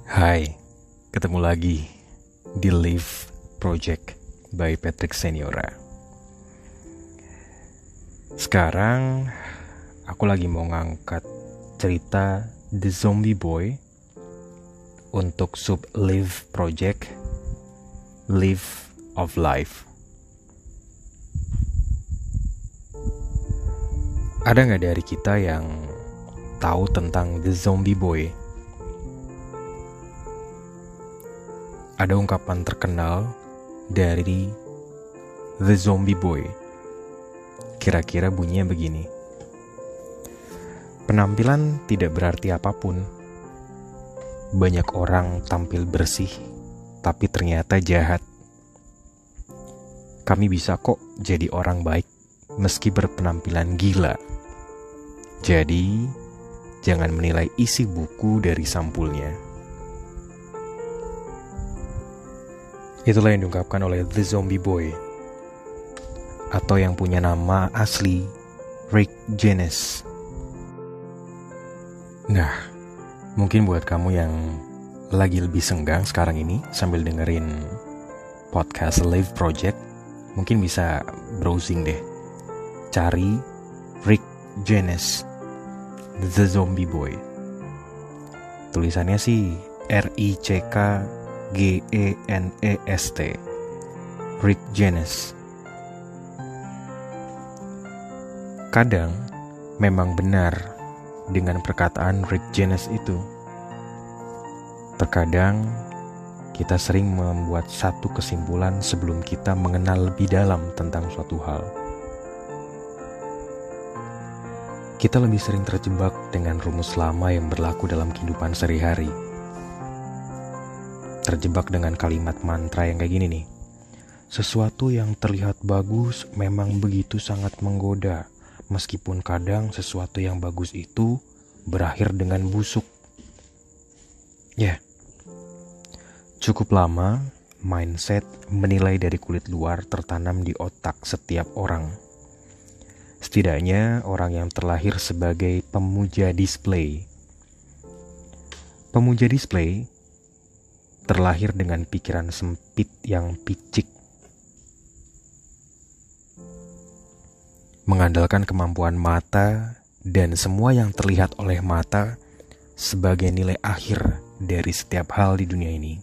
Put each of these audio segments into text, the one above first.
Hai, ketemu lagi di Live Project by Patrick Seniora. Sekarang aku lagi mau ngangkat cerita The Zombie Boy untuk sub Live Project Live of Life. Ada gak dari kita yang tahu tentang The Zombie Boy? Ada ungkapan terkenal dari The Zombie Boy. Kira-kira bunyinya begini. Penampilan tidak berarti apapun. Banyak orang tampil bersih, tapi ternyata jahat. Kami bisa kok jadi orang baik, meski berpenampilan gila. Jadi, jangan menilai isi buku dari sampulnya. Itulah yang diungkapkan oleh The Zombie Boy, atau yang punya nama asli Rick Janes. Nah, mungkin buat kamu yang lagi lebih senggang sekarang ini sambil dengerin podcast Live Project, mungkin bisa browsing deh, cari Rick Janes, The Zombie Boy. Tulisannya sih RICKGENEST, Rick Janes. Kadang memang benar dengan perkataan Rick Janes itu. Terkadang kita sering membuat satu kesimpulan sebelum kita mengenal lebih dalam tentang suatu hal. Kita lebih sering terjebak dengan rumus lama yang berlaku dalam kehidupan sehari-hari. Terjebak dengan kalimat mantra yang kayak gini nih. Sesuatu yang terlihat bagus memang begitu sangat menggoda, meskipun kadang sesuatu yang bagus itu berakhir dengan busuk. Cukup lama mindset menilai dari kulit luar tertanam di otak setiap orang. Setidaknya orang yang terlahir sebagai pemuja display. Pemuja display terlahir dengan pikiran sempit yang picik, mengandalkan kemampuan mata dan semua yang terlihat oleh mata sebagai nilai akhir dari setiap hal di dunia ini.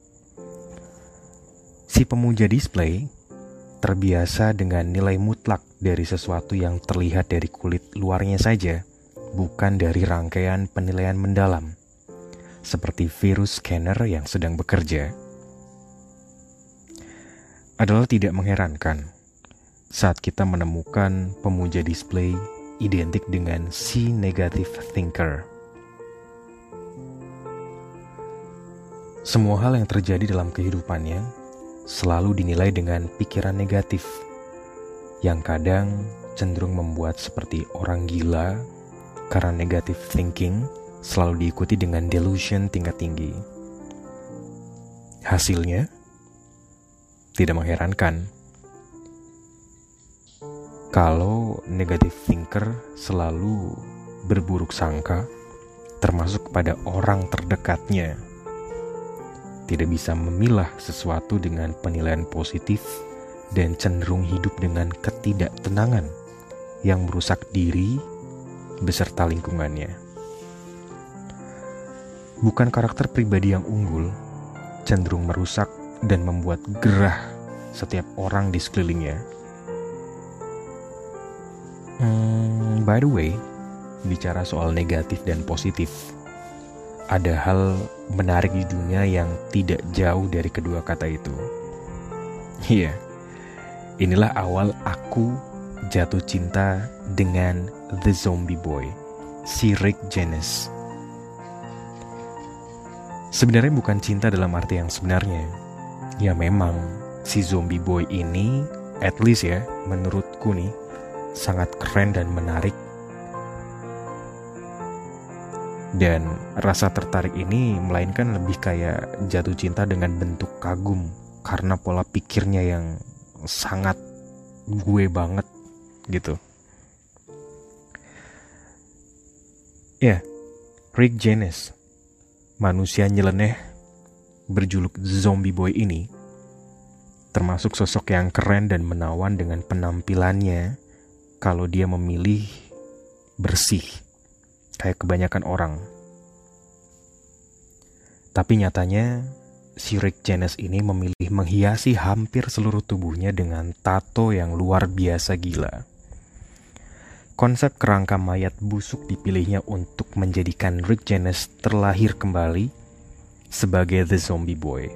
Si pemuja display terbiasa dengan nilai mutlak dari sesuatu yang terlihat dari kulit luarnya saja, bukan dari rangkaian penilaian mendalam, seperti virus scanner yang sedang bekerja. Adalah tidak mengherankan saat kita menemukan pemuja display identik dengan si negative thinker. Semua hal yang terjadi dalam kehidupannya selalu dinilai dengan pikiran negatif, yang kadang cenderung membuat seperti orang gila karena negative thinking selalu diikuti dengan delusion tingkat tinggi. Hasilnya, tidak mengherankan kalau negative thinker selalu berburuk sangka, termasuk kepada orang terdekatnya. Tidak bisa memilah sesuatu dengan penilaian positif dan cenderung hidup dengan ketidaktenangan yang merusak diri beserta lingkungannya. Bukan karakter pribadi yang unggul, cenderung merusak dan membuat gerah setiap orang di sekelilingnya. By the way, bicara soal negatif dan positif, ada hal menarik di dunia yang tidak jauh dari kedua kata itu. Inilah awal aku jatuh cinta dengan The Zombie Boy, si Rick Janes. Sebenarnya bukan cinta dalam arti yang sebenarnya. Ya memang, si Zombie Boy ini, at least ya, menurutku nih, sangat keren dan menarik. Dan rasa tertarik ini melainkan lebih kayak jatuh cinta dengan bentuk kagum karena pola pikirnya yang sangat gue banget gitu. Rick Janes manusia nyeleneh berjuluk Zombie Boy ini termasuk sosok yang keren dan menawan dengan penampilannya kalau dia memilih bersih, kayak kebanyakan orang. Tapi nyatanya, si Rick Janes ini memilih menghiasi hampir seluruh tubuhnya dengan tato yang luar biasa gila. Konsep kerangka mayat busuk dipilihnya untuk menjadikan Rick Janes terlahir kembali sebagai The Zombie Boy.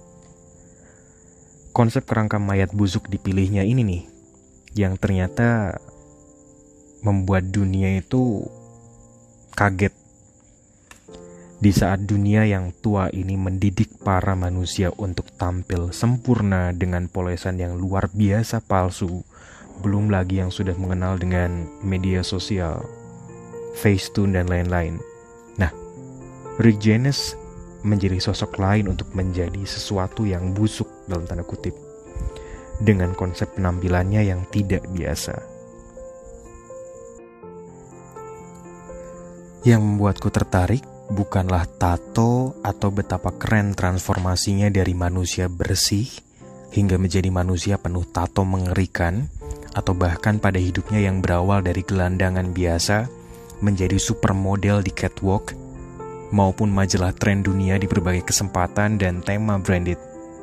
Konsep kerangka mayat busuk dipilihnya ini nih, yang ternyata membuat dunia itu kaget. Di saat dunia yang tua ini mendidik para manusia untuk tampil sempurna dengan polesan yang luar biasa palsu, belum lagi yang sudah mengenal dengan media sosial, Facetune dan lain-lain. Nah, Rick Janes menjadi sosok lain untuk menjadi sesuatu yang busuk dalam tanda kutip, dengan konsep penampilannya yang tidak biasa. Yang membuatku tertarik bukanlah tato atau betapa keren transformasinya dari manusia bersih hingga menjadi manusia penuh tato mengerikan, atau bahkan pada hidupnya yang berawal dari gelandangan biasa menjadi supermodel di catwalk maupun majalah tren dunia di berbagai kesempatan dan tema branded.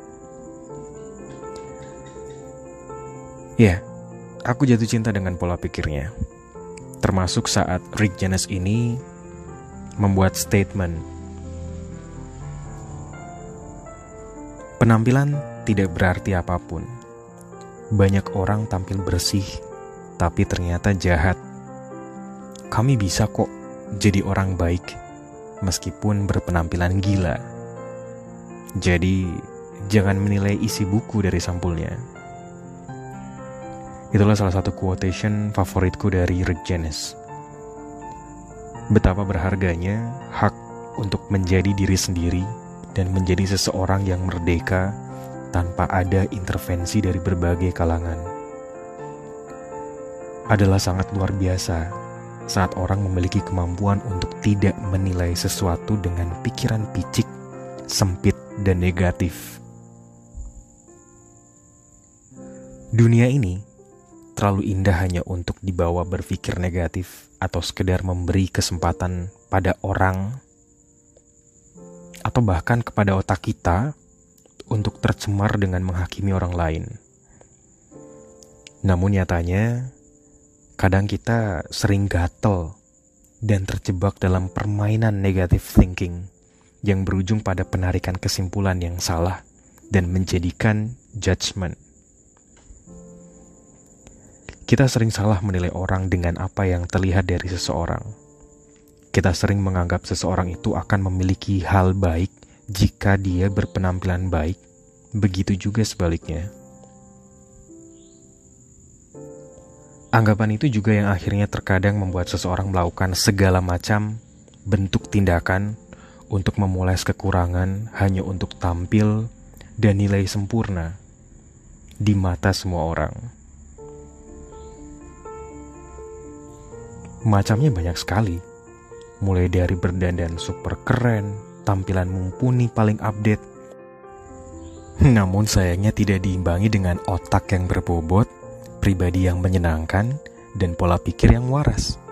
Ya, aku jatuh cinta dengan pola pikirnya. Termasuk saat Rick Janes ini membuat statement. Penampilan tidak berarti apapun. Banyak orang tampil bersih, tapi ternyata jahat. Kami bisa kok jadi orang baik, meskipun berpenampilan gila. Jadi, jangan menilai isi buku dari sampulnya. Itulah salah satu quotation favoritku dari Rick Janes. Betapa berharganya hak untuk menjadi diri sendiri dan menjadi seseorang yang merdeka tanpa ada intervensi dari berbagai kalangan. Adalah sangat luar biasa saat orang memiliki kemampuan untuk tidak menilai sesuatu dengan pikiran picik, sempit, dan negatif. Dunia ini terlalu indah hanya untuk dibawa berpikir negatif atau sekedar memberi kesempatan pada orang atau bahkan kepada otak kita untuk tercemar dengan menghakimi orang lain. Namun nyatanya, kadang kita sering gatel dan terjebak dalam permainan negative thinking yang berujung pada penarikan kesimpulan yang salah dan menjadikan judgment. Kita sering salah menilai orang dengan apa yang terlihat dari seseorang. Kita sering menganggap seseorang itu akan memiliki hal baik jika dia berpenampilan baik, begitu juga sebaliknya. Anggapan itu juga yang akhirnya terkadang membuat seseorang melakukan segala macam bentuk tindakan untuk memoles kekurangan hanya untuk tampil dan nilai sempurna di mata semua orang. Macamnya banyak sekali, mulai dari berdandan super keren, tampilan mumpuni paling update. Namun sayangnya tidak diimbangi dengan otak yang berbobot, pribadi yang menyenangkan, dan pola pikir yang waras.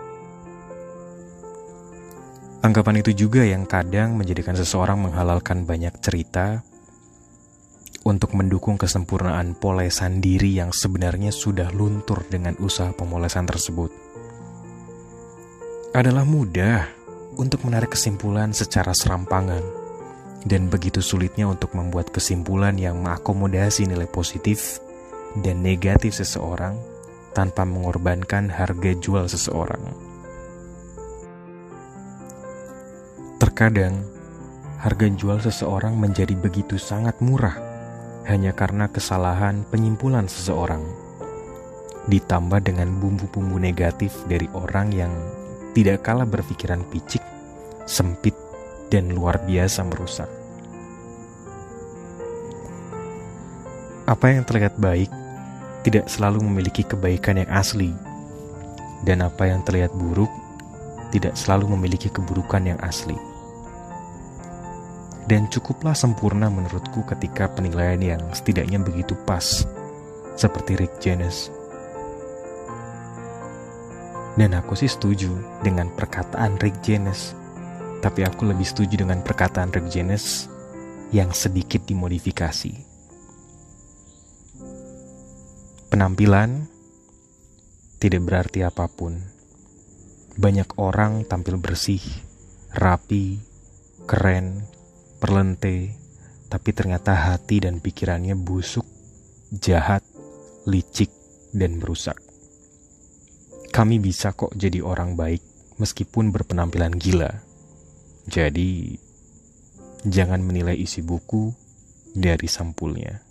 Anggapan itu juga yang kadang menjadikan seseorang menghalalkan banyak cerita untuk mendukung kesempurnaan polesan diri yang sebenarnya sudah luntur dengan usaha pemolesan tersebut. Adalah mudah untuk menarik kesimpulan secara serampangan dan begitu sulitnya untuk membuat kesimpulan yang mengakomodasi nilai positif dan negatif seseorang tanpa mengorbankan harga jual seseorang. Terkadang, harga jual seseorang menjadi begitu sangat murah hanya karena kesalahan penyimpulan seseorang, ditambah dengan bumbu-bumbu negatif dari orang yang tidak kalah berpikiran picik, sempit, dan luar biasa merusak. Apa yang terlihat baik tidak selalu memiliki kebaikan yang asli, dan apa yang terlihat buruk tidak selalu memiliki keburukan yang asli. dan cukuplah sempurna menurutku ketika penilaian yang setidaknya begitu pas, seperti Rick James. Dan aku sih setuju dengan perkataan Rick James, tapi aku lebih setuju dengan perkataan Rick James yang sedikit dimodifikasi. Penampilan tidak berarti apapun. Banyak orang tampil bersih, rapi, keren, perlente, tapi ternyata hati dan pikirannya busuk, jahat, licik, dan merusak. Kami bisa kok jadi orang baik meskipun berpenampilan gila. Jadi, jangan menilai isi buku dari sampulnya.